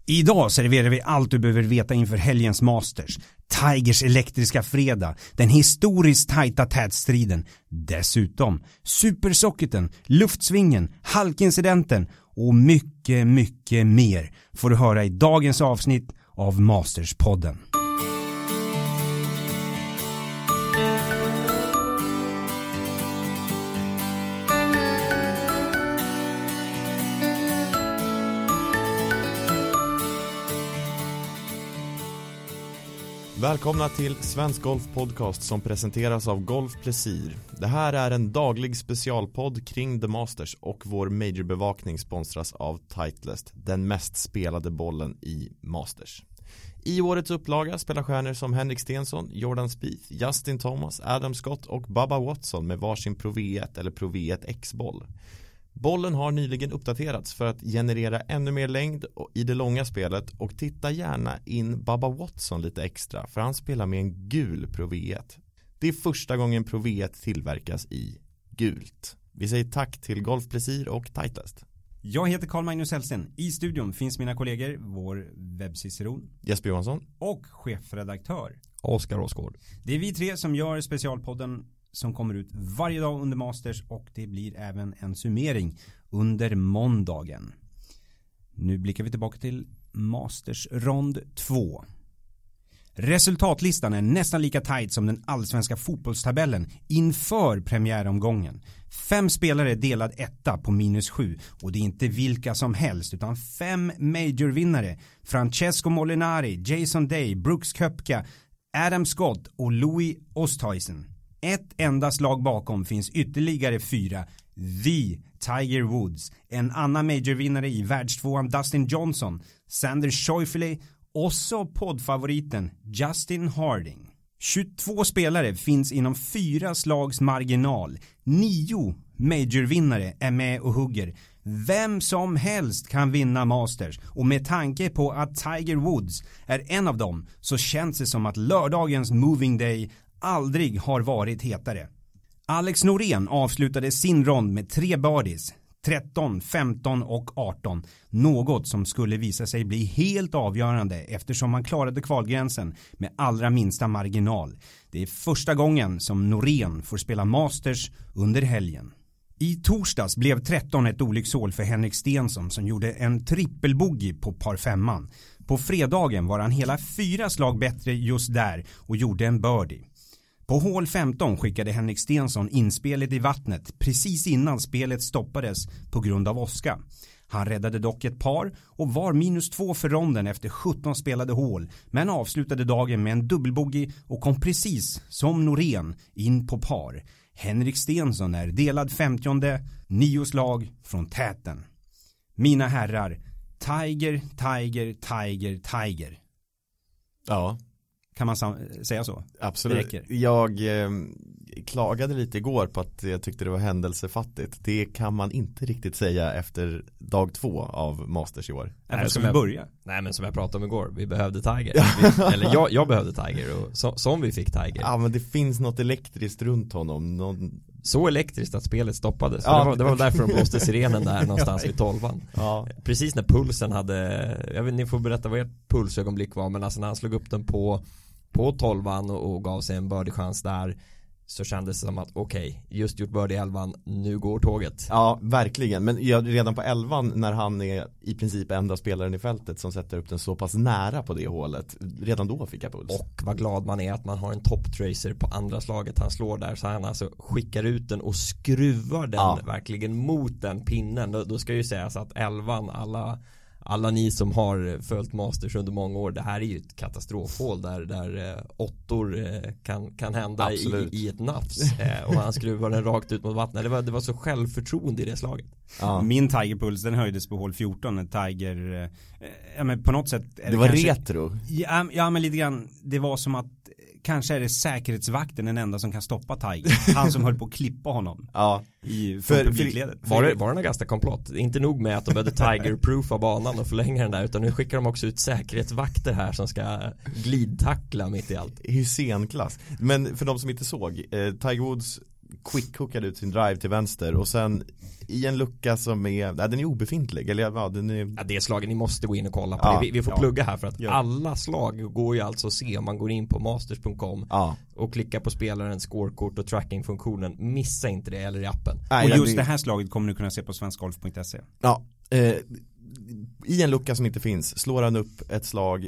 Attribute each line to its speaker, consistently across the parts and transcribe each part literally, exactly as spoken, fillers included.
Speaker 1: Idag serverar vi allt du behöver veta inför helgens Masters. Tigers elektriska fredag, den historiskt tajta tätstriden, dessutom supersocketen, luftsvingen, halkincidenten och mycket, mycket mer får du höra i dagens avsnitt av Masters-podden.
Speaker 2: Välkomna till Svensk Golf Podcast som presenteras av Golf Plesir. Det här är en daglig specialpodd kring The Masters och vår majorbevakning sponsras av Titleist, den mest spelade bollen i Masters. I årets upplaga spelar stjärnor som Henrik Stenson, Jordan Spieth, Justin Thomas, Adam Scott och Bubba Watson med varsin Pro V ett eller Pro V ett X-boll. Bollen har nyligen uppdaterats för att generera ännu mer längd i det långa spelet och titta gärna in Bubba Watson lite extra för han spelar med en gul Pro V ett. Det är första gången Pro V ett tillverkas i gult. Vi säger tack till Golf Plesir och Titleist.
Speaker 1: Jag heter Carl Magnus Hellsten. I studion finns mina kollegor, vår webbciceron
Speaker 2: Jesper Johansson
Speaker 1: och chefredaktör
Speaker 3: Oskar Åsgård.
Speaker 1: Det är vi tre som gör specialpodden som kommer ut varje dag under Masters och det blir även en summering under måndagen. Nu blickar vi tillbaka till Masters rond två. Resultatlistan är nästan lika tight som den allsvenska fotbollstabellen inför premiäromgången. Fem spelare delad etta på minus sju och det är inte vilka som helst utan fem majorvinnare. Francesco Molinari, Jason Day, Brooks Koepka, Adam Scott och Louis Oosthuizen. Ett enda slag bakom finns ytterligare fyra. The Tiger Woods, en annan majorvinnare i världstvåan Dustin Johnson, Xander Schauffele och så poddfavoriten Justin Harding. tjugotvå spelare finns inom fyra slags marginal. Nio majorvinnare är med och hugger. Vem som helst kan vinna Masters och med tanke på att Tiger Woods är en av dem så känns det som att lördagens Moving Day aldrig har varit hetare. Alex Norén avslutade sin rond med tre birdies, tretton, femton och arton. Något som skulle visa sig bli helt avgörande eftersom han klarade kvalgränsen med allra minsta marginal. Det är första gången som Norén får spela Masters under helgen. I torsdags blev tretton ett olyckshål för Henrik Stenson som gjorde en trippelbogey på par femman. På fredagen var han hela fyra slag bättre just där och gjorde en birdie. På hål femton skickade Henrik Stenson inspelet i vattnet precis innan spelet stoppades på grund av åska. Han räddade dock ett par och var minus två för ronden efter sjutton spelade hål men avslutade dagen med en dubbelbogey och kom precis som Norén in på par. Henrik Stenson är delad femtionde, nio slag från täten. Mina herrar, Tiger, Tiger, Tiger, Tiger.
Speaker 2: Ja.
Speaker 1: Kan man säga så?
Speaker 2: Absolut. Jag eh, klagade lite igår på att jag tyckte det var händelsefattigt. Det kan man inte riktigt säga efter dag två av Masters i år.
Speaker 1: Nej, ska vi börja?
Speaker 3: Nej, men som jag pratade om igår, vi behövde Tiger. vi, eller jag, jag behövde Tiger och så, som vi fick Tiger.
Speaker 2: Ja, men det finns något elektriskt runt honom. Någon...
Speaker 3: Så elektriskt att spelet stoppades.
Speaker 2: Ja.
Speaker 3: Det, var, det var därför de blåste sirenen där någonstans vid tolvan.
Speaker 2: Ja.
Speaker 3: Precis när pulsen hade, jag vet, ni får berätta vad ert pulsögonblick var, men alltså när han slog upp den på på tolvan och, och gav sig en birdie-chans där så kändes det som att okej, okay, just gjort birdie i elvan, nu går tåget.
Speaker 2: Ja, verkligen. Men jag, redan på elvan när han är i princip enda spelaren i fältet som sätter upp den så pass nära på det hålet, redan då fick jag puls.
Speaker 3: Och vad glad man är att man har en top-tracer på andra slaget han slår där, så han alltså skickar ut den och skruvar den ja. verkligen mot den pinnen. Då, då ska ju sägas att elvan, alla Alla ni som har följt Masters under många år, det här är ju ett katastrofhål där, där eh, åttor eh, kan, kan hända i, i ett nafs eh, och han skruvar den rakt ut mot vattnet. Det var, det var så självförtroende i det slaget.
Speaker 1: Ja. Min Tigerpuls, den höjdes på hål fjorton. En Tiger, eh, ja, men på något sätt
Speaker 2: det, det var kanske, retro.
Speaker 1: Ja, ja, men lite grann, det var som att kanske är det säkerhetsvakten den enda som kan stoppa Tiger. Han som höll på att klippa honom.
Speaker 2: Ja.
Speaker 1: I för, publikledet.
Speaker 3: För, var det, var det en ganska komplott? Inte nog med att de behövde Tiger-proofa banan och förlänga den där, utan nu skickar de också ut säkerhetsvakter här som ska glidtackla mitt i allt.
Speaker 2: Hysenklass. Men för de som inte såg, eh, Tiger Woods quick-hookade ut sin drive till vänster och sen i en lucka som är, nej, den är obefintlig eller ja, den är...
Speaker 3: Ja, det är slagen, ni måste gå in och kolla på
Speaker 2: ja,
Speaker 3: det. Vi, vi får
Speaker 2: ja.
Speaker 3: plugga här för att
Speaker 2: ja.
Speaker 3: alla slag går ju alltså att se om man går in på masters punkt com
Speaker 2: ja.
Speaker 3: och klickar på spelarens scorekort och trackingfunktionen. Missa inte det eller i appen.
Speaker 1: Nej, och just det här slaget kommer du kunna se på svensk golf punkt se.
Speaker 2: Ja, eh, i en lucka som inte finns slår han upp ett slag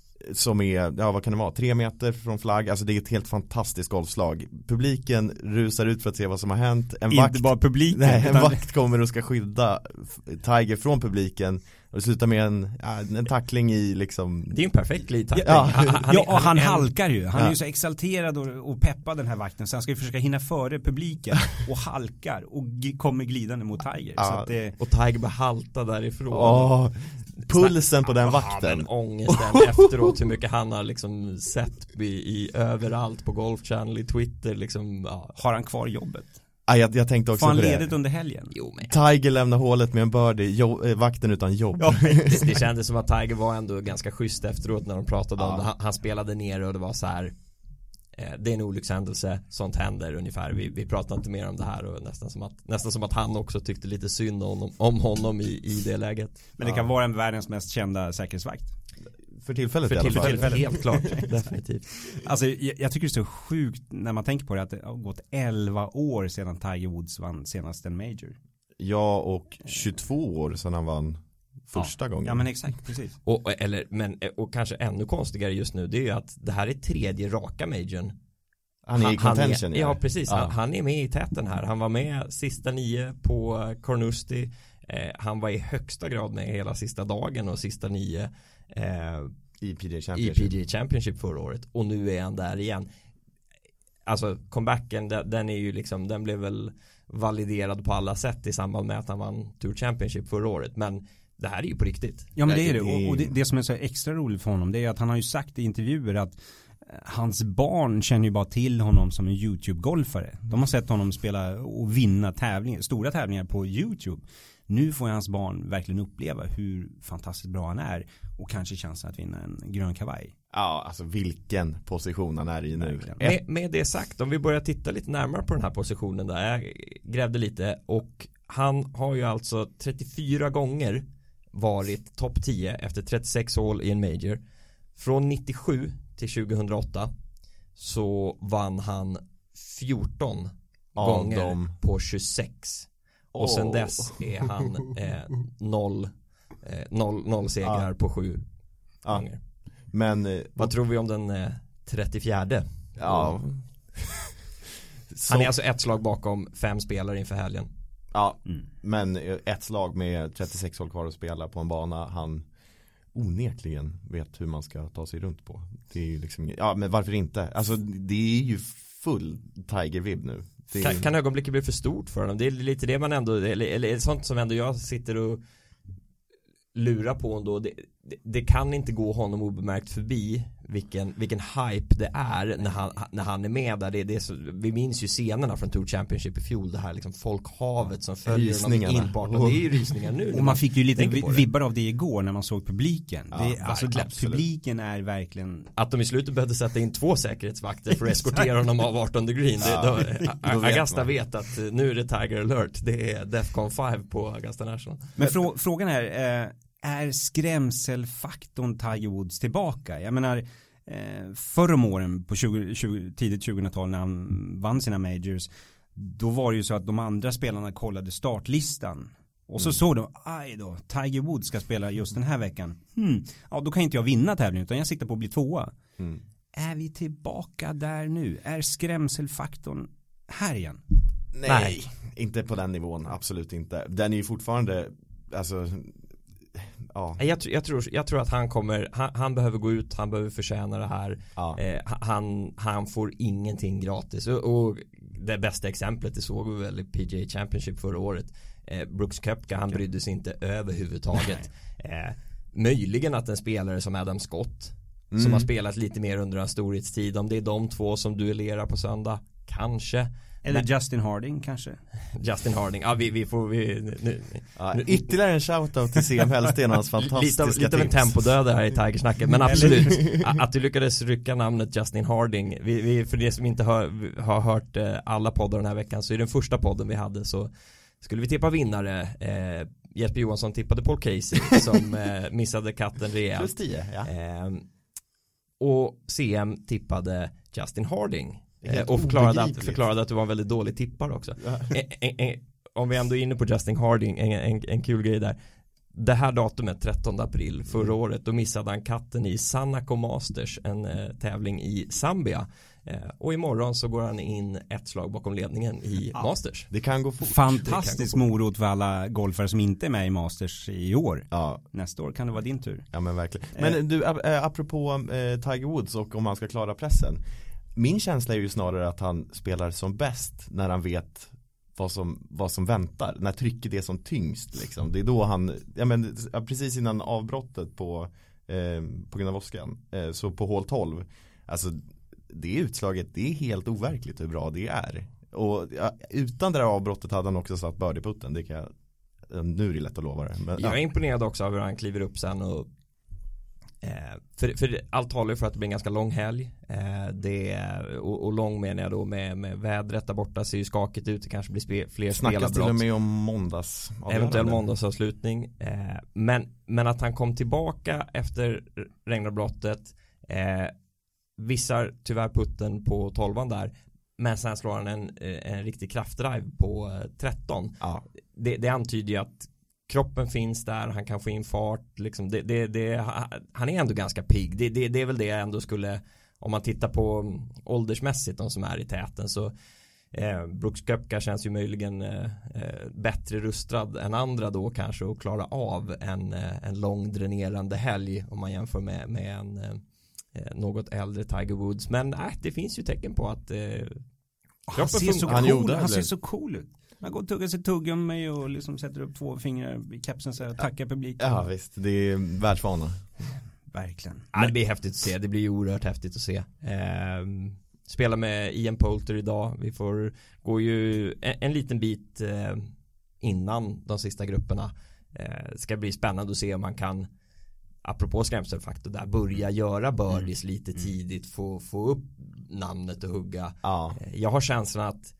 Speaker 2: som är, ja vad kan det vara, tre meter från flagg. Alltså det är ett helt fantastiskt golfslag. Publiken rusar ut för att se vad som har hänt. En
Speaker 1: Inte
Speaker 2: vakt,
Speaker 1: bara publiken.
Speaker 2: nej, en
Speaker 1: utan...
Speaker 2: vakt kommer och ska skydda Tiger från publiken. Och det slutar med en, ja, en tackling i liksom...
Speaker 3: Det är en perfekt glidtackling.
Speaker 1: Ja,
Speaker 3: han, han,
Speaker 1: ja, och han,
Speaker 3: han, han
Speaker 1: halkar ju. Han
Speaker 2: ja.
Speaker 1: är ju så exalterad och, och peppad den här vakten. Så han ska ju försöka hinna före publiken och halkar och g- kommer glidande mot Tiger.
Speaker 2: Ja.
Speaker 1: Så att det...
Speaker 3: Och Tiger bara halta därifrån.
Speaker 2: Åh, pulsen på den
Speaker 3: Ja,
Speaker 2: vakten.
Speaker 3: men ångesten efteråt, hur mycket han har liksom sett i, i överallt på Golf Channel, i Twitter liksom, ja.
Speaker 1: Har han kvar jobbet?
Speaker 2: Ja, jag, jag tänkte också
Speaker 1: Får han
Speaker 2: på det.
Speaker 1: ledigt under helgen?
Speaker 3: Jo, men.
Speaker 2: Tiger lämnar hålet med en birdie, jo, eh, vakten utan jobb.
Speaker 3: Ja, det, det kändes som att Tiger var ändå ganska schysst efteråt när de pratade
Speaker 2: ja.
Speaker 3: om det. Han, han spelade ner och det var så här. Eh, det är en olyckshändelse, sånt händer ungefär. Vi, vi pratar inte mer om det här och nästan som att, nästan som att han också tyckte lite synd om, om honom i, i det läget.
Speaker 1: Men det kan vara en världens mest kända säkerhetsvakt.
Speaker 2: För tillfället
Speaker 3: För
Speaker 2: i alla fall.
Speaker 3: tillfället, helt klart, definitivt.
Speaker 1: Alltså jag, jag tycker det är så sjukt när man tänker på det att det har gått elva år sedan Tiger Woods vann senast en major.
Speaker 2: Ja, och tjugotvå år sedan han vann första
Speaker 1: ja.
Speaker 2: gången.
Speaker 1: Ja, men exakt, precis.
Speaker 3: Och, eller, men, och kanske ännu konstigare just nu, det är ju att det här är tredje raka majorn.
Speaker 2: Han är i contention.
Speaker 3: Han är, ja, precis.
Speaker 2: Ja.
Speaker 3: Han, han är med i täten här. Han var med sista nio på Carnoustie. Eh, han var i högsta grad med hela sista dagen och sista nio eh,
Speaker 2: i P G A
Speaker 3: i
Speaker 2: Championship.
Speaker 3: P G A Championship förra året. Och nu är han där igen. Alltså comebacken, den, den är ju liksom, den blev väl validerad på alla sätt i samband med att han vann Tour Championship förra året. Men det här är ju på riktigt.
Speaker 1: Ja, men det är det. Och, och det, det som är så extra roligt för honom, det är att han har ju sagt i intervjuer att hans barn känner ju bara till honom som en YouTube-golfare. De har sett honom spela och vinna tävlingar, stora tävlingar på YouTube. Nu får hans barn verkligen uppleva hur fantastiskt bra han är och kanske chansen att vinna en grön kavaj.
Speaker 2: Ja, alltså vilken position han är i nu.
Speaker 3: Med, med det sagt, om vi börjar titta lite närmare på den här positionen där, jag grävde lite och han har ju alltså trettiofyra gånger varit topp tio efter trettiosex hål i en major. Från nittiosju till tjugohundraåtta så vann han fjorton
Speaker 2: Av
Speaker 3: gånger
Speaker 2: dem.
Speaker 3: på tjugosex. Och
Speaker 2: oh.
Speaker 3: sen dess är han eh, noll, eh, noll, noll segrar ja. på sju ja. gånger.
Speaker 2: Men eh,
Speaker 3: vad tror vi om den eh, trettiofjärde?
Speaker 2: Ja.
Speaker 3: Han är alltså ett slag bakom fem spelare inför helgen.
Speaker 2: Ja, mm. men ett slag med trettiosex hål kvar att spela på en bana han onekligen vet hur man ska ta sig runt på. Det är ju liksom, ja men varför inte? Alltså det är ju full Tiger-vibb nu. Det är...
Speaker 3: Kan, kan ögonblicket bli för stort för honom? Det är lite det man ändå, eller, eller sånt som ändå jag sitter och lurar på ändå. Det, det, det kan inte gå honom obemärkt förbi vilken, vilken hype det är när han, när han är med där. Det, det är så, vi minns ju scenerna från Tour Championship i fjol, det här liksom folkhavet som följer honom in på arton. Det är ju rysningar nu.
Speaker 1: Och man fick ju lite vibbar av det igår när man såg publiken.
Speaker 3: Ja,
Speaker 1: det, alltså, publiken är verkligen...
Speaker 3: Att de i slutet behövde sätta in två säkerhetsvakter för att eskortera honom av artonde green. Det, ja, då, då Augusta vet, vet att nu är det Tiger alert. Det är Defcon fem på Augusta National.
Speaker 1: Men frå, frågan är... Eh, är skrämselfaktorn Tiger Woods tillbaka? Jag menar, eh, förra om åren på tjugo, tjugo, tidigt tjugohundratal när han vann sina majors, då var det ju så att de andra spelarna kollade startlistan och så mm. såg de, aj då, Tiger Woods ska spela just den här veckan. Hmm, ja, då kan inte jag vinna tävlingen utan jag siktar på att bli tvåa. Mm. Är vi tillbaka där nu? Är skrämselfaktorn här igen?
Speaker 2: Nej, Nej, inte på den nivån, absolut inte. Den är ju fortfarande, alltså... Ja.
Speaker 3: Jag, jag, tror, jag tror att han kommer, han, han behöver gå ut, han behöver förtjäna det här. Ja. eh, han, han får ingenting gratis och, och det bästa exemplet det såg vi väl i P G A Championship förra året. eh, Brooks Koepka, han brydde sig inte överhuvudtaget. eh, möjligen att en spelare som Adam Scott mm. som har spelat lite mer under en storhetstid, om det är de två som duellerar på söndag, kanske.
Speaker 1: Eller Justin Harding kanske.
Speaker 3: Justin Harding, ja vi, vi får vi, nu,
Speaker 2: ja, nu, ytterligare en shoutout till C M Hellsten och hans fantastiska
Speaker 3: lite, lite av en
Speaker 2: tips.
Speaker 3: tempodödare här i Tigersnacket. Men absolut, att du lyckades rycka namnet Justin Harding, vi, vi, för det som inte har, har hört eh, alla poddar den här veckan, så i den första podden vi hade så skulle vi tippa vinnare. eh, Jesper Johansson tippade Paul Casey som eh, missade katten rejält.
Speaker 2: Just det, ja.
Speaker 3: eh, Och C M tippade Justin Harding. Och förklarade att, förklarade att du var en väldigt dålig tippare också. en, en, en, Om vi ändå är inne på Justin Harding, en, en, en kul grej där. Det här datumet, trettonde april förra året, då missade han katten i Sanako Masters, en eh, tävling i Zambia. Eh, och imorgon så går han in ett slag bakom ledningen i ja, Masters.
Speaker 2: Det kan gå fort.
Speaker 1: Fantastisk morot för alla golfare som inte är med i Masters i år.
Speaker 2: Ja.
Speaker 1: Nästa år kan det vara din tur.
Speaker 2: Ja men verkligen. Men eh. du, äh, apropå äh, Tiger Woods och om han ska klara pressen. Min känsla är ju snarare att han spelar som bäst när han vet vad som, vad som väntar. När trycket är som tyngst liksom. Det är då han, ja men precis innan avbrottet på, eh, på grund av åskan, eh, så på hål tolv, alltså det utslaget, det är helt overkligt hur bra det är. Och ja, utan det där avbrottet hade han också satt birdieputten, det kan jag, nu är det lätt att lova det. Men,
Speaker 3: jag är
Speaker 2: ja.
Speaker 3: imponerad också av hur han kliver upp sen och Eh, för, för allt talar för att det blir en ganska lång helg. eh, det, och, och lång menar jag då med, med vädret där borta ser ju skakigt ut. Det kanske blir spe, fler spelarbrott.
Speaker 2: Snackas till och med om måndags
Speaker 3: eventuell måndagsavslutning. eh, men, men att han kom tillbaka efter regnavbrottet, eh, vissar tyvärr putten på tolvan där, men sen slår han en, en riktig kraftdrive på tretton.
Speaker 2: Ja.
Speaker 3: det, det antyder ju att kroppen finns där, han kan få in fart liksom. det, det, det, han är ändå ganska pigg. Det, det, det är väl det jag ändå skulle, om man tittar på åldersmässigt de som är i täten, så eh, Brooks Koepka känns ju möjligen eh, bättre rustad än andra då kanske att klara av en, en lång dränerande helg om man jämför med, med en eh, något äldre Tiger Woods. Men äh, det finns ju tecken på att eh,
Speaker 1: han, ser så,
Speaker 2: han,
Speaker 1: cool, han ser så cool ut. Man går och tuggar sig tuggummi och liksom sätter upp två fingrar i kepsen och tackar publiken.
Speaker 2: Ja visst, det är världsvana.
Speaker 1: Verkligen.
Speaker 3: Ja, det blir häftigt att se, det blir oerhört häftigt att se. Eh, spela med Ian Poulter idag. Vi får gå ju en, en liten bit eh, innan de sista grupperna. Eh, ska bli spännande att se om man kan, apropå skrämselfaktor där, börja göra birdies mm. lite tidigt, få, få upp namnet och hugga.
Speaker 2: Ja.
Speaker 3: Eh, jag har känslan att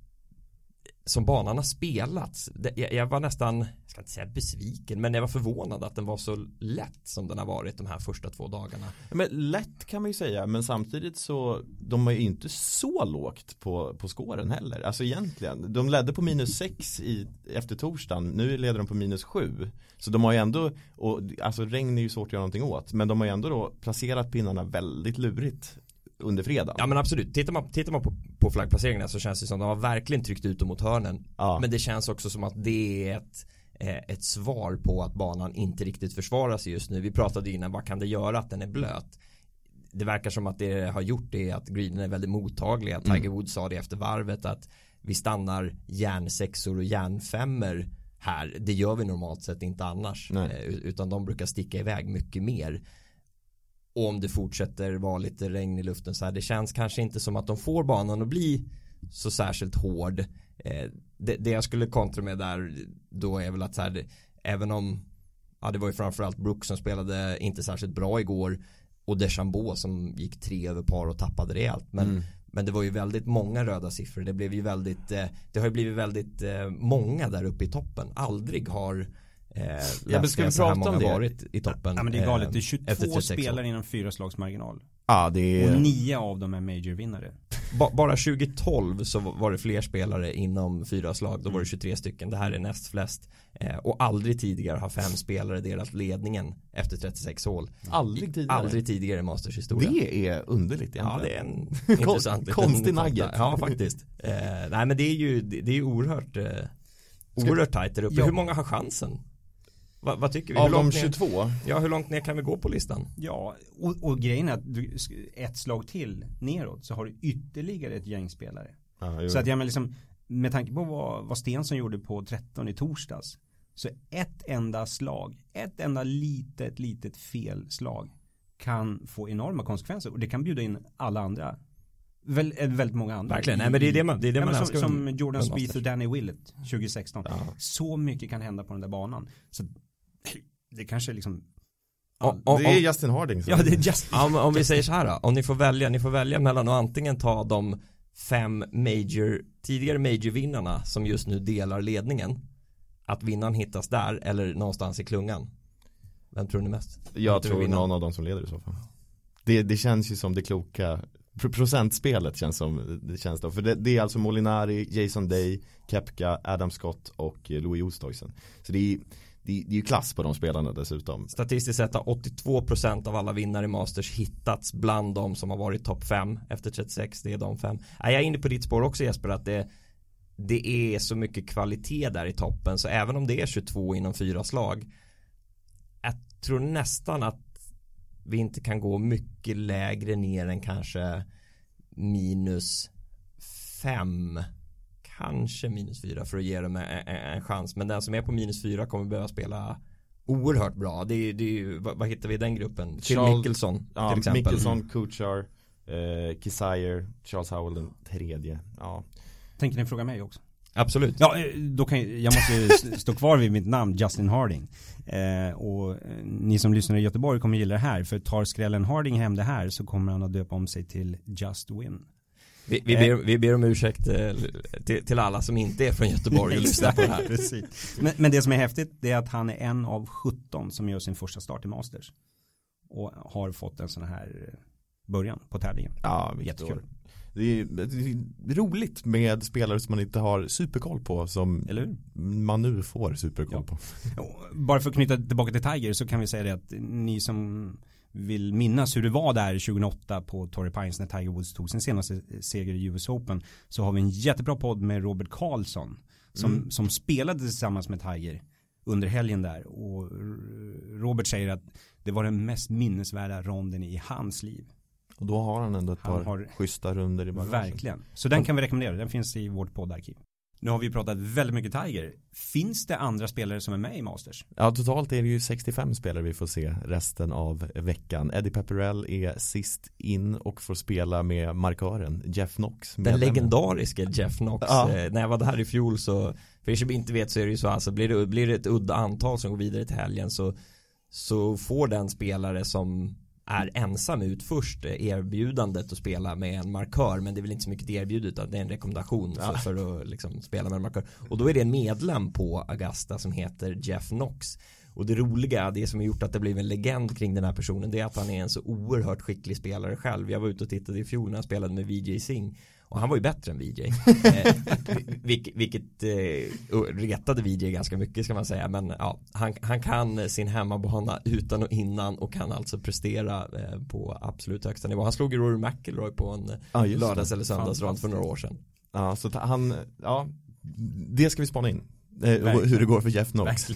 Speaker 3: som banan har spelats, jag, jag var nästan, jag ska inte säga besviken, men jag var förvånad att den var så lätt som den har varit de här första två dagarna.
Speaker 2: Men lätt kan man ju säga, men samtidigt så de är ju inte så lågt på, på skåren heller. Alltså egentligen, de ledde på minus sex i, efter torsdagen, nu leder de på minus sju. Så de har ju ändå, och, alltså regn är ju svårt att göra någonting åt, men de har ju ändå då placerat pinnarna väldigt lurigt under fredag.
Speaker 3: Ja men absolut, tittar man, tittar man på, på flaggplaceringarna så känns det som att de har verkligen tryckt ut dem mot hörnen.
Speaker 2: Ja.
Speaker 3: Men det känns också som att det är ett, eh, ett svar på att banan inte riktigt försvarar sig just nu. Vi pratade innan, vad kan det göra att den är blöt? Det verkar som att det har gjort det att greenen är väldigt mottagliga. Tiger mm. Woods sa det efter varvet att vi stannar järnsexor och järnfemmer här. Det gör vi normalt sett inte annars. Eh, utan de brukar sticka iväg mycket mer. Och om det fortsätter vara lite regn i luften så här, det känns kanske inte som att de får banan att bli så särskilt hård. Eh, det, det jag skulle kontra med där då är väl att så här, det, även om ja, det var ju framförallt Brooks som spelade inte särskilt bra igår och DeChambeau som gick tre över par och tappade rejält. Men, mm. men det var ju väldigt många röda siffror. Det blev ju väldigt, eh, det har ju blivit väldigt eh, många där uppe i toppen. Aldrig har Eh,
Speaker 2: ja, men ska vi prata om det?
Speaker 3: Varit i toppen.
Speaker 1: Ja, men det är galet. Det är tjugotvå spelare inom fyra slags marginal.
Speaker 2: Ja, det är...
Speaker 1: Och nio av dem är major-vinnare.
Speaker 3: Ba- bara tjugohundratolv så var det fler spelare inom fyra slag. Då var det tjugotre stycken. Det här är näst flest. Eh, och aldrig tidigare har fem spelare delat ledningen efter trettiosex hål.
Speaker 2: Aldrig tidigare?
Speaker 3: Aldrig tidigare i Masters historia.
Speaker 2: Det är underligt egentligen.
Speaker 3: Ja, det är en intressant
Speaker 2: konstig nugget.
Speaker 3: Ja, faktiskt. Eh, nej, men det är ju det, det är ju oerhört eh, oerhört tajt där uppe. Ja. Hur många har chansen? Va, vad tycker vi?
Speaker 2: Av de tjugotvå?
Speaker 3: Ner, ja, hur långt ner kan vi gå på listan?
Speaker 1: Ja, och, och grejen är att du, ett slag till neråt så har du ytterligare ett gäng spelare.
Speaker 2: Ah,
Speaker 1: så att jag men liksom, med tanke på vad, vad Stensson gjorde på tretton i torsdags, så ett enda slag, ett enda litet, litet felslag kan få enorma konsekvenser. Och det kan bjuda in alla andra Väl, väldigt många andra.
Speaker 3: Verkligen, nej men det är det man, det är det man
Speaker 1: som,
Speaker 3: älskar.
Speaker 1: Som Jordan Spieth och Danny Willett tjugo sexton.
Speaker 2: Ja.
Speaker 1: Så mycket kan hända på den där banan. Så det kanske liksom...
Speaker 3: Ja,
Speaker 2: ja, det är Justin Harding.
Speaker 1: Ja, det är Justin.
Speaker 3: Ja, om, om vi säger så här då, om ni får välja, ni får välja mellan att antingen ta de fem major, tidigare major-vinnarna som just nu delar ledningen, att vinnaren hittas där eller någonstans i klungan. Vem tror ni mest?
Speaker 2: Jag tror någon av dem som leder i så fall. Det, det känns ju som det kloka procentspelet känns som det känns då. För det, det är alltså Molinari, Jason Day, Koepka, Adam Scott och Louis Oosthuizen. Så det är, det, det är ju klass på de spelarna dessutom.
Speaker 3: Statistiskt sett har åttiotvå procent av alla vinnare i Masters hittats bland de som har varit topp fem efter trettiosex. Det är de fem. Jag är inne på ditt spår också Jesper, att det, det är så mycket kvalitet där i toppen. Så även om det är tjugotvå inom fyra slag, jag tror nästan att vi inte kan gå mycket lägre ner än kanske minus fem, kanske minus fyra för att ge dem en, en, en chans. Men den som är på minus fyra kommer behöva spela oerhört bra. Det är, det är, vad, vad hittar vi i den gruppen? Till
Speaker 2: Charles,
Speaker 3: Mickelson
Speaker 2: ja,
Speaker 3: till exempel.
Speaker 2: Mickelson, Kuchar, eh, Kissire, Charles Howell den tredje. Ja.
Speaker 1: Tänker ni fråga mig också?
Speaker 3: Absolut.
Speaker 1: Ja, då kan jag, jag måste stå kvar vid mitt namn, Justin Harding. Eh, och ni som lyssnar i Göteborg kommer gilla det här. För tar skrällen Harding hem det här så kommer han att döpa om sig till Just Win.
Speaker 3: Vi, vi, ber, vi ber om ursäkt eh, till, till alla som inte är från Göteborg och lyssnar på det här.
Speaker 1: Precis. Men, men det som är häftigt, det är att han är en av sjutton som gör sin första start i Masters. Och har fått en sån här början på tävlingen.
Speaker 2: Ja,
Speaker 1: jättekul.
Speaker 2: Det är, det är roligt med spelare som man inte har superkoll på, som
Speaker 1: Eller hur?
Speaker 2: man nu får superkoll
Speaker 1: Ja.
Speaker 2: på.
Speaker 1: Bara för att knyta tillbaka till Tiger så kan vi säga det att ni som vill minnas hur det var där tjugohundraåtta på Torrey Pines när Tiger Woods tog sin senaste seger i U S Open, så har vi en jättebra podd med Robert Karlsson som, mm. som spelade tillsammans med Tiger under helgen där, och Robert säger att det var den mest minnesvärda ronden i hans liv.
Speaker 2: Och då har han ändå ett
Speaker 1: han
Speaker 2: par
Speaker 1: har,
Speaker 2: schyssta runder i bagaget.
Speaker 1: Verkligen. Så den kan vi rekommendera. Den finns i vårt poddarkiv. Nu har vi pratat väldigt mycket Tiger. Finns det andra spelare som är med i Masters?
Speaker 2: Ja, totalt är det ju sextiofem spelare vi får se resten av veckan. Eddie Pepperell är sist in och får spela med markören Jeff Knox.
Speaker 3: Den legendariska Jeff Knox.
Speaker 2: Ja.
Speaker 3: Eh, när jag var där i fjol, så för er som inte vet, så är det ju så, alltså blir det, blir det ett udda antal som går vidare till helgen, så, så får den spelare som är ensam ut först erbjudandet att spela med en markör, men det är väl inte så mycket erbjudet, utan det är en rekommendation för, för att liksom spela med en markör. Och då är det en medlem på Augusta som heter Jeff Knox. Och det roliga, det som har gjort att det blev en legend kring den här personen, det är att han är en så oerhört skicklig spelare själv. Jag var ute och tittade i fjol när han spelade med V J Singh, och han var ju bättre än V J. eh, vilket vilket eh, retade V J ganska mycket, ska man säga. Men ja, han, han kan sin hemmabana utan och innan, och kan alltså prestera eh, på absolut högsta nivå. Han slog ju Rory McIlroy på en
Speaker 2: ja,
Speaker 3: lördags- eller söndagsrond för några år sedan.
Speaker 2: Ja, så han, ja, det ska vi spana in. Eh, hur det går för Jeff Knox.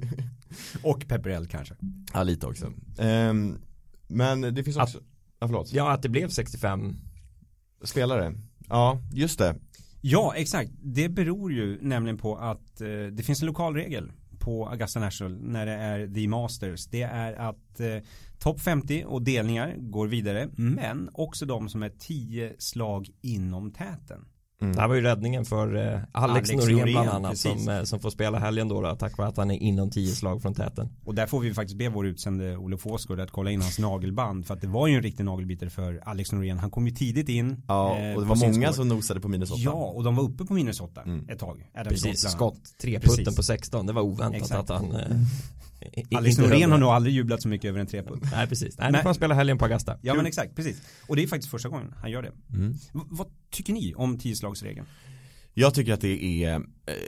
Speaker 1: Och Pepperell kanske.
Speaker 2: Ja, lite också. Um, men det finns också...
Speaker 3: Att,
Speaker 2: ja, förlåt.
Speaker 3: Ja, att det blev sextiofem
Speaker 2: spelare. Ja, just det.
Speaker 1: Ja, exakt. Det beror ju nämligen på att eh, det finns en lokal regel på Augusta National när det är The Masters. Det är att eh, topp femtio och delningar går vidare, men också de som är tio slag inom täten.
Speaker 3: Mm. Det här var ju räddningen för eh, Alex, Alex Norén, Norén bland annat som, eh, som får spela helgen då, då tack vare att han är inom tio slag från täten. Och
Speaker 1: där får vi faktiskt be vår utsände Olof Åsgård att kolla in hans nagelband, för att det var ju en riktig nagelbitare för Alex Norén. Han kom ju tidigt in.
Speaker 2: Ja,
Speaker 1: eh,
Speaker 2: och det var många som nosade på minus åtta.
Speaker 1: Ja, och de var uppe på minus åtta mm. ett tag.
Speaker 3: Adam Precis, Scott, Scott tre putten på sexton. Det var oväntat. Exakt. Att han eh,
Speaker 1: Alex Norén har nog aldrig jublat så mycket över en treputt.
Speaker 3: Nej, precis. Nej, nu får han spela helgen på Augusta.
Speaker 1: Ja, men exakt, precis. Och det är faktiskt första gången han gör det. Mm. V- vad tycker ni om tioslagsregeln?
Speaker 2: Jag tycker att det är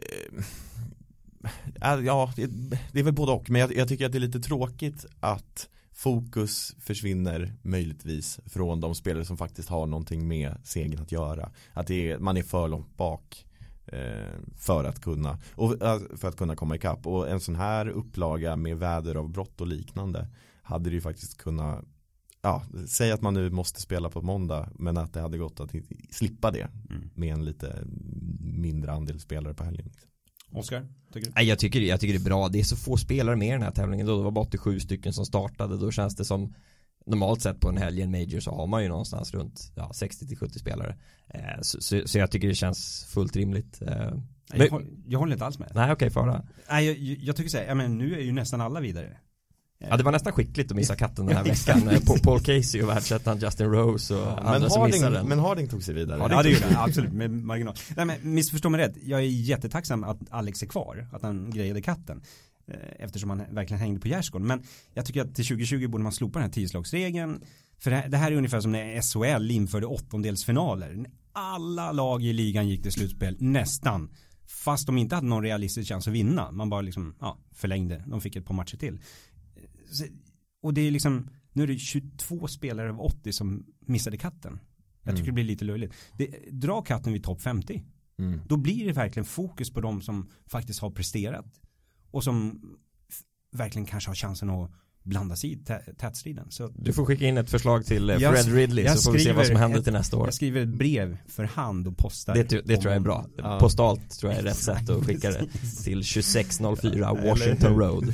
Speaker 2: äh, ja, det, det är väl både och, men jag, jag tycker att det är lite tråkigt att fokus försvinner möjligtvis från de spelare som faktiskt har någonting med segern att göra. Att det är, man är för långt bak eh, för att kunna och, äh, för att kunna komma ikapp. Och en sån här upplaga med väderavbrott och liknande hade det ju faktiskt kunnat, ja, säg att man nu måste spela på måndag, men att det hade gått att slippa det mm. med en lite mindre andel spelare på helgen.
Speaker 1: Oskar, tycker du?
Speaker 3: Nej, jag tycker, jag tycker det är bra. Det är så få spelare med i den här tävlingen. Då det var bara åttiosju stycken som startade. Då känns det som normalt sett på en helg en major så har man ju någonstans runt ja, sextio till sjuttio spelare. Eh, så, så, så jag tycker det känns fullt rimligt. Eh,
Speaker 1: jag, håller, jag håller inte alls med.
Speaker 3: Nej, okej, okay, fara.
Speaker 1: Nej, jag, jag tycker så här, ja, men nu är ju nästan alla vidare.
Speaker 3: Ja, det var nästan skickligt att missa katten den här veckan. Paul Casey och världsättaren Justin Rose och ja, andra
Speaker 2: men
Speaker 3: som missade
Speaker 2: den. Men Harding tog sig vidare.
Speaker 1: Ja, det gjorde jag, absolut, med marginal. Nej, men missförstå mig rätt. Jag är jättetacksam att Alex är kvar, att han grejade katten. Eftersom han verkligen hängde på gärdsgården. Men jag tycker att till tjugo tjugo borde man slopa den här tioslagsregeln. För det här är ungefär som när S H L införde åttondelsfinaler. Alla lag i ligan gick till slutspel, nästan. Fast de inte hade någon realistisk chans att vinna. Man bara liksom, ja, förlängde. De fick ett par matcher till. Och det är liksom, nu är det tjugotvå spelare av åttio som missade katten. Jag tycker mm. det blir lite löjligt. Det, dra katten vid topp femtio. Mm. Då blir det verkligen fokus på de som faktiskt har presterat. Och som f- verkligen kanske har chansen att blanda sig i t- tätstriden. Så
Speaker 3: du får skicka in ett förslag till Fred jag, Ridley jag så får vi se vad som händer ett, till nästa år.
Speaker 1: Jag skriver ett brev för hand och postar.
Speaker 3: Det, det tror jag är bra. Ja. Postalt tror jag är rätt sätt att skicka det till tjugosex noll fyra Washington Road.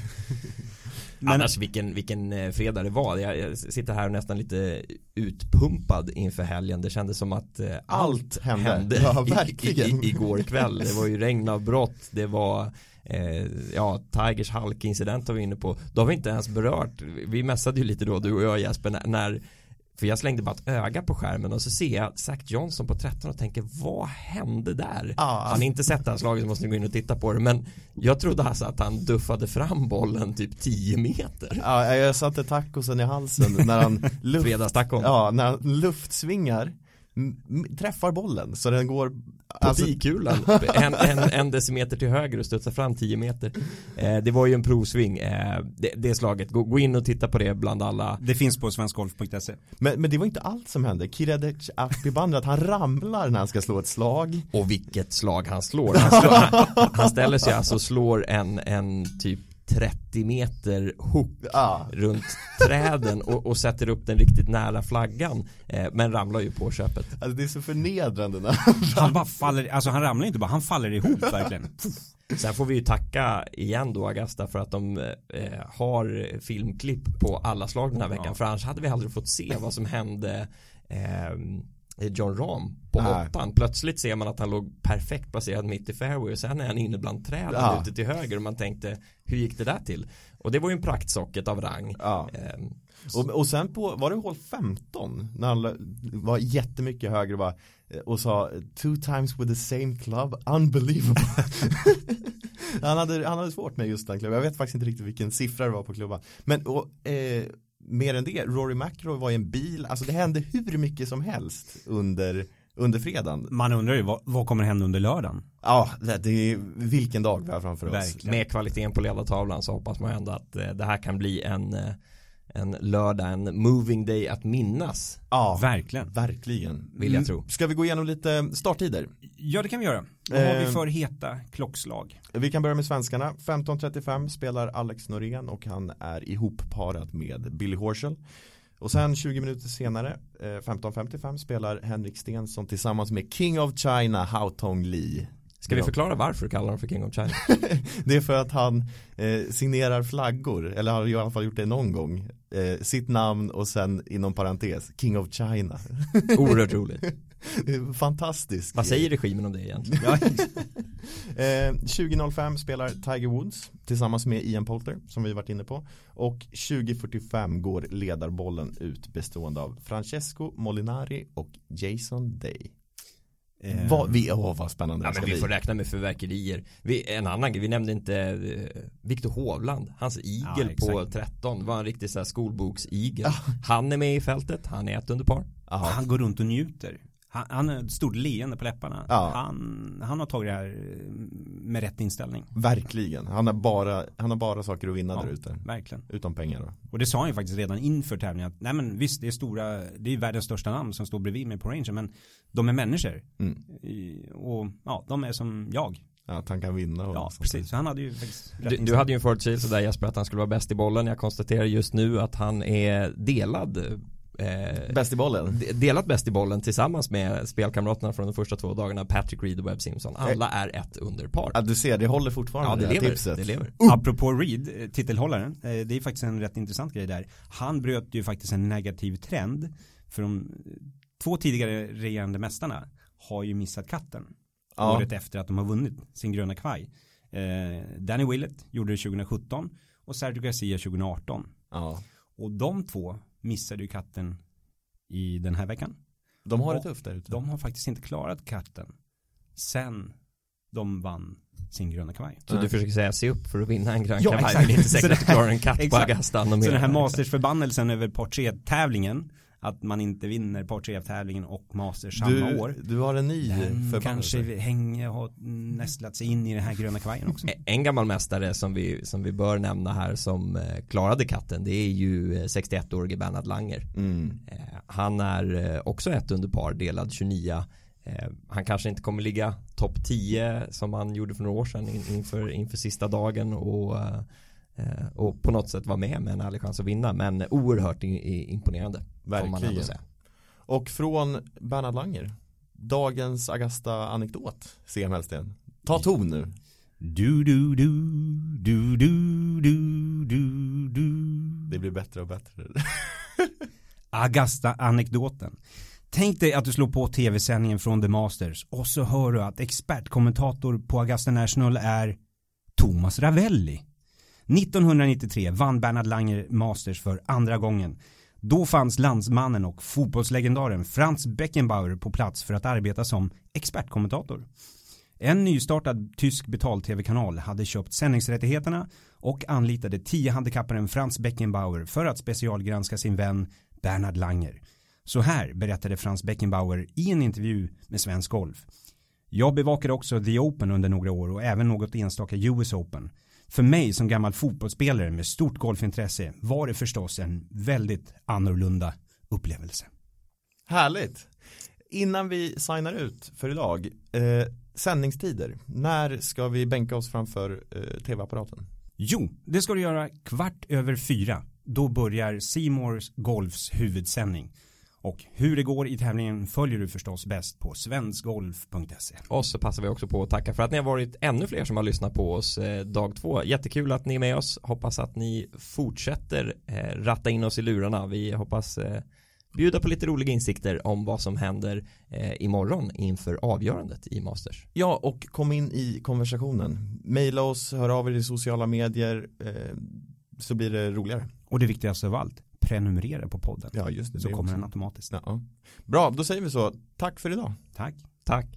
Speaker 3: Men annars vilken, vilken fredag det var. Jag, jag sitter här nästan lite utpumpad inför helgen. Det kändes som att eh, allt hände, hände
Speaker 2: ja, verkligen.
Speaker 3: I, i, igår kväll. Det var ju regnavbrott. Det var eh, ja, Tigers halkincident var vi inne på. Då har vi inte ens berört. Vi mässade ju lite då, du och jag Jesper, när, när för jag slängde bara ett öga på skärmen och så ser jag Zach Johnson på tretton och tänker, vad hände där? Ah. Han har inte sett det här slaget så måste ni gå in och titta på det. Men jag trodde alltså att han duffade fram bollen typ tio meter.
Speaker 2: Ja, jag satte tacosen i halsen när han luft,
Speaker 3: Fredagstacon.
Speaker 2: Ja, när han luftsvingar m- träffar bollen så den går
Speaker 3: på alltså, bikulan en, en, en decimeter till höger och studsar fram tio meter. Eh, det var ju en provsving. Eh, det, det slaget. Gå, gå in och titta på det bland alla.
Speaker 1: Det finns på svenskgolf punkt se.
Speaker 2: Men, men det var inte allt som hände. Kiradec Akpibandra, att han ramlar när han ska slå ett slag.
Speaker 3: Och vilket slag han slår. Han, slår, han, han ställer sig alltså och slår en, en typ trettio meter hook ah. runt träden och, och sätter upp den riktigt nära flaggan eh, men ramlar ju på köpet.
Speaker 2: Alltså det är så förnedrande när
Speaker 1: han bara faller, alltså han ramlar inte bara, han faller ihop verkligen.
Speaker 3: Sen får vi ju tacka igen då Augusta för att de eh, har filmklipp på alla slag den här veckan, ja. För annars hade vi aldrig fått se vad som hände eh, John Rahm på åttan. Plötsligt ser man att han låg perfekt placerad mitt i fairway och sen är han inne bland träden ja. ute till höger och man tänkte, hur gick det där till? Och det var ju en praktsocket av rang.
Speaker 2: Ja.
Speaker 3: Ehm,
Speaker 2: och, och sen på, var det hål femton när han var jättemycket högre och, bara, och sa two times with the same club, unbelievable. han, hade, han hade svårt med just den klubban. Jag vet faktiskt inte riktigt vilken siffra det var på klubban. Men och, eh, mer än det, Rory McIlroy var i en bil. Alltså det hände hur mycket som helst under, under fredagen.
Speaker 1: Man undrar ju, vad, vad kommer hända under lördagen?
Speaker 2: Ja, det, det är vilken dag vi har framför oss.
Speaker 3: Verkligen. Med kvaliteten på ledartavlan så hoppas man ändå att eh, det här kan bli en, eh, en lördag, en moving day att minnas.
Speaker 1: Ja, verkligen.
Speaker 2: Verkligen.
Speaker 3: Vill jag tro.
Speaker 2: Ska vi gå igenom lite starttider?
Speaker 1: Ja, det kan vi göra. Vad har vi för heta klockslag?
Speaker 2: Vi kan börja med svenskarna. femton trettiofem spelar Alex Norén och han är ihopparad med Billy Horschel. Och sen tjugo minuter senare, femton femtiofem, spelar Henrik Stenson tillsammans med King of China, Hao Tong Lee.
Speaker 3: Ska vi förklara varför du kallar honom för King of China?
Speaker 2: Det är för att han eh, signerar flaggor, eller har i alla fall gjort det någon gång. Eh, sitt namn och sen inom parentes King of China.
Speaker 3: Oerhört roligt.
Speaker 2: Fantastiskt.
Speaker 3: Vad säger regimen om det egentligen?
Speaker 2: eh, tjugo noll fem spelar Tiger Woods tillsammans med Ian Poulter som vi varit inne på. Och tjugo fyrtiofem går ledarbollen ut bestående av Francesco Molinari och Jason Day. Eh, vad, vi, åh, vad spännande
Speaker 3: ja, men vi bli. Får räkna med förverkerier. Vi, en annan grej, vi nämnde inte eh, Victor Hovland. Hans igel ja, på tretton var en riktig så här skolboksigel. Ja. Han är med i fältet, han är ett under par.
Speaker 1: Aha. Han går runt och njuter. Han, han har ett stort leende på läpparna. Ja. Han, han har tagit det här med rätt inställning.
Speaker 2: Verkligen. Han har bara, han har bara saker att vinna ja, där ute.
Speaker 1: Verkligen.
Speaker 2: Utom pengar då.
Speaker 1: Och det sa han ju faktiskt redan inför tävlingen. Att, nej men visst, det är stora, det är världens största namn som står bredvid mig på rangen. Men de är människor. Mm. I, och ja, de är som jag.
Speaker 2: Ja, att han kan vinna. Och
Speaker 1: ja, precis. Så han hade ju faktiskt
Speaker 3: du, du hade ju en förutsägelse där Jesper att han skulle vara bäst i bollen. Jag konstaterar just nu att han är delad eh,
Speaker 2: bäst i bollen.
Speaker 3: Delat bäst i bollen tillsammans med spelkamraterna från de första två dagarna, Patrick Reed och Webb Simpson. Alla är ett underpar.
Speaker 2: Ja, du ser, det håller fortfarande.
Speaker 3: Ja, det,
Speaker 2: det
Speaker 3: lever,
Speaker 2: tipset.
Speaker 3: det lever.
Speaker 1: Uh. Apropå Reed, titelhållaren, det är faktiskt en rätt intressant grej där. Han bröt ju faktiskt en negativ trend, för de två tidigare regerande mästarna har ju missat katten. Ja. Året efter att de har vunnit sin gröna kvaj. Eh, Danny Willett gjorde det tjugo sjutton och Sergio Garcia tjugo arton.
Speaker 2: Ja.
Speaker 1: Och de två missade ju katten i den här veckan.
Speaker 2: De har
Speaker 1: och
Speaker 2: det tufft där ute.
Speaker 1: De har faktiskt inte klarat katten sen de vann sin gröna kvaj.
Speaker 3: Så Nej. Du försöker säga se upp för att vinna en grön
Speaker 1: ja,
Speaker 3: kavaj. Det är inte säkert att du klarar en katt på Augusta.
Speaker 1: Så den här Masters-förbannelsen över par tre-tävlingen, att man inte vinner par tre-tävlingen och Masters samma
Speaker 2: du,
Speaker 1: år.
Speaker 2: Du har en ny
Speaker 1: förbannelse. Kanske hänger och nästlat sig in i den här gröna kavajen också.
Speaker 3: En gammal mästare som vi, som vi bör nämna här som klarade katten, det är ju sextioett-årige Bernhard Langer. Mm. Han är också ett under par, delad tjugonio. Han kanske inte kommer ligga topp tio som han gjorde för några år sedan inför, inför sista dagen och, och på något sätt vara med med en ärlig chans att vinna, men oerhört imponerande.
Speaker 2: Verkligen. Och från Bernhard Langer, dagens Augusta-anekdot, C M Hellsten. Ta ton nu.
Speaker 1: Du, du, du, du, du, du, du, du.
Speaker 2: Det blir bättre och bättre.
Speaker 1: Augusta-anekdoten. Tänk dig att du slår på tv-sändningen från The Masters och så hör du att expertkommentator på Augusta National är Thomas Ravelli. nittonhundranittiotre vann Bernhard Langer Masters för andra gången. Då fanns landsmannen och fotbollslegendaren Franz Beckenbauer på plats för att arbeta som expertkommentator. En nystartad tysk betal-tv-kanal hade köpt sändningsrättigheterna och anlitade tio-handikapparen Franz Beckenbauer för att specialgranska sin vän Bernhard Langer. Så här berättade Franz Beckenbauer i en intervju med Svensk Golf. Jag bevakade också The Open under några år och även något enstaka U S Open. För mig som gammal fotbollsspelare med stort golfintresse var det förstås en väldigt annorlunda upplevelse.
Speaker 2: Härligt. Innan vi signar ut för idag, eh, sändningstider. När ska vi bänka oss framför eh, tv-apparaten?
Speaker 1: Jo, det ska du göra kvart över fyra. Då börjar C Mores Golfs huvudsändning. Och hur det går i tävlingen följer du förstås bäst på svenskgolf punkt se.
Speaker 3: Och så passar vi också på att tacka för att ni har varit ännu fler som har lyssnat på oss eh, dag två. Jättekul att ni är med oss. Hoppas att ni fortsätter eh, ratta in oss i lurarna. Vi hoppas eh, bjuda på lite roliga insikter om vad som händer eh, imorgon inför avgörandet i Masters.
Speaker 2: Ja, och kom in i konversationen. Maila oss, hör av er i sociala medier, eh, så blir det roligare.
Speaker 1: Och det viktigaste av allt, prenumerera på podden.
Speaker 2: Ja, just det.
Speaker 1: Så
Speaker 2: det
Speaker 1: kommer
Speaker 2: också.
Speaker 1: den automatiskt.
Speaker 2: Ja. Bra, då säger vi så. Tack för idag.
Speaker 1: Tack.
Speaker 3: Tack.